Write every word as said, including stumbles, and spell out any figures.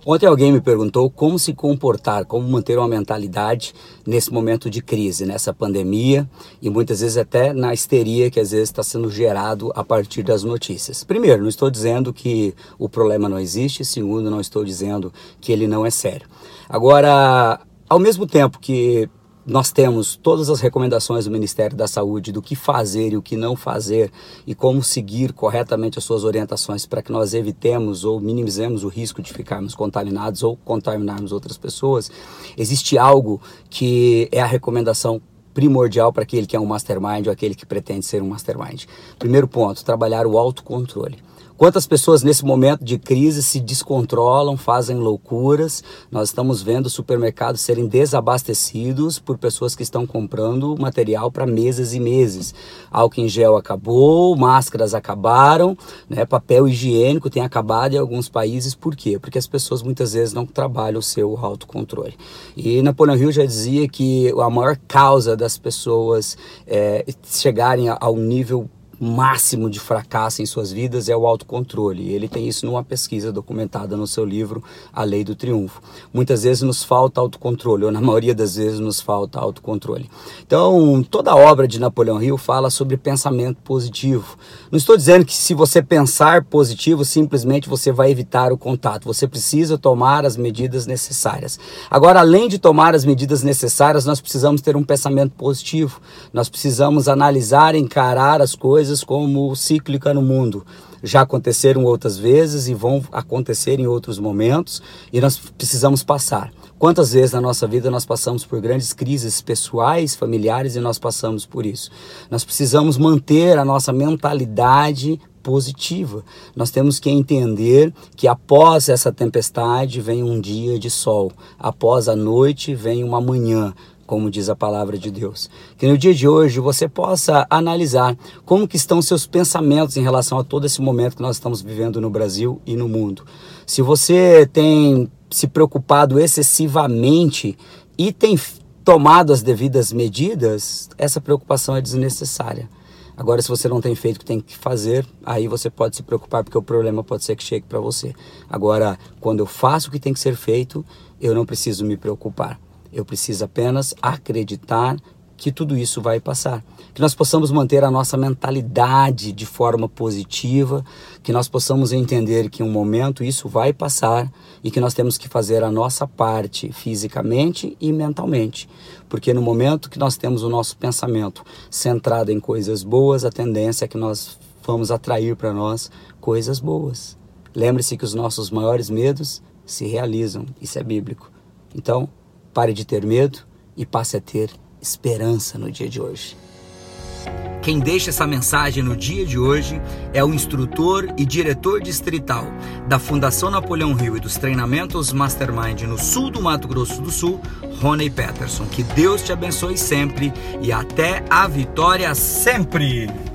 Ontem alguém me perguntou como se comportar, como manter uma mentalidade nesse momento de crise, nessa pandemia e muitas vezes até na histeria que às vezes está sendo gerado a partir das notícias. Primeiro, não estou dizendo que o problema não existe. Segundo, não estou dizendo que ele não é sério. Agora, ao mesmo tempo que nós temos todas as recomendações do Ministério da Saúde do que fazer e o que não fazer e como seguir corretamente as suas orientações para que nós evitemos ou minimizemos o risco de ficarmos contaminados ou contaminarmos outras pessoas, existe algo que é a recomendação primordial para aquele que é um mastermind ou aquele que pretende ser um mastermind. Primeiro ponto, trabalhar o autocontrole. Quantas pessoas nesse momento de crise se descontrolam, fazem loucuras? Nós estamos vendo supermercados serem desabastecidos por pessoas que estão comprando material para meses e meses. Álcool em gel acabou, máscaras acabaram, né? Papel higiênico tem acabado em alguns países. Por quê? Porque as pessoas muitas vezes não trabalham o seu autocontrole. E Napoleão Hill já dizia que a maior causa das pessoas é, chegarem ao nível máximo de fracasso em suas vidas é o autocontrole. Ele tem isso numa pesquisa documentada no seu livro A Lei do Triunfo. Muitas vezes nos falta autocontrole, ou na maioria das vezes nos falta autocontrole. Então, toda a obra de Napoleão Hill fala sobre pensamento positivo. Não estou dizendo que se você pensar positivo, simplesmente você vai evitar o contato. Você precisa tomar as medidas necessárias. Agora, além de tomar as medidas necessárias, nós precisamos ter um pensamento positivo. Nós precisamos analisar, encarar as coisas como cíclica no mundo. Já aconteceram outras vezes e vão acontecer em outros momentos e nós precisamos passar. Quantas vezes na nossa vida nós passamos por grandes crises pessoais, familiares e nós passamos por isso. Nós precisamos manter a nossa mentalidade positiva. Nós temos que entender que após essa tempestade vem um dia de sol, após a noite vem uma manhã, como diz a palavra de Deus. Que no dia de hoje você possa analisar como que estão seus pensamentos em relação a todo esse momento que nós estamos vivendo no Brasil e no mundo. Se você tem se preocupado excessivamente e tem tomado as devidas medidas, essa preocupação é desnecessária. Agora, se você não tem feito o que tem que fazer, aí você pode se preocupar, porque o problema pode ser que chegue para você. Agora, quando eu faço o que tem que ser feito, eu não preciso me preocupar. Eu preciso apenas acreditar que tudo isso vai passar. Que nós possamos manter a nossa mentalidade de forma positiva, que nós possamos entender que em um momento isso vai passar e que nós temos que fazer a nossa parte fisicamente e mentalmente. Porque no momento que nós temos o nosso pensamento centrado em coisas boas, a tendência é que nós vamos atrair para nós coisas boas. Lembre-se que os nossos maiores medos se realizam. Isso é bíblico. Então, pare de ter medo e passe a ter esperança no dia de hoje. Quem deixa essa mensagem no dia de hoje é o instrutor e diretor distrital da Fundação Napoleão Hill e dos treinamentos Mastermind no sul do Mato Grosso do Sul, Rony Peterson. Que Deus te abençoe sempre e até a vitória sempre!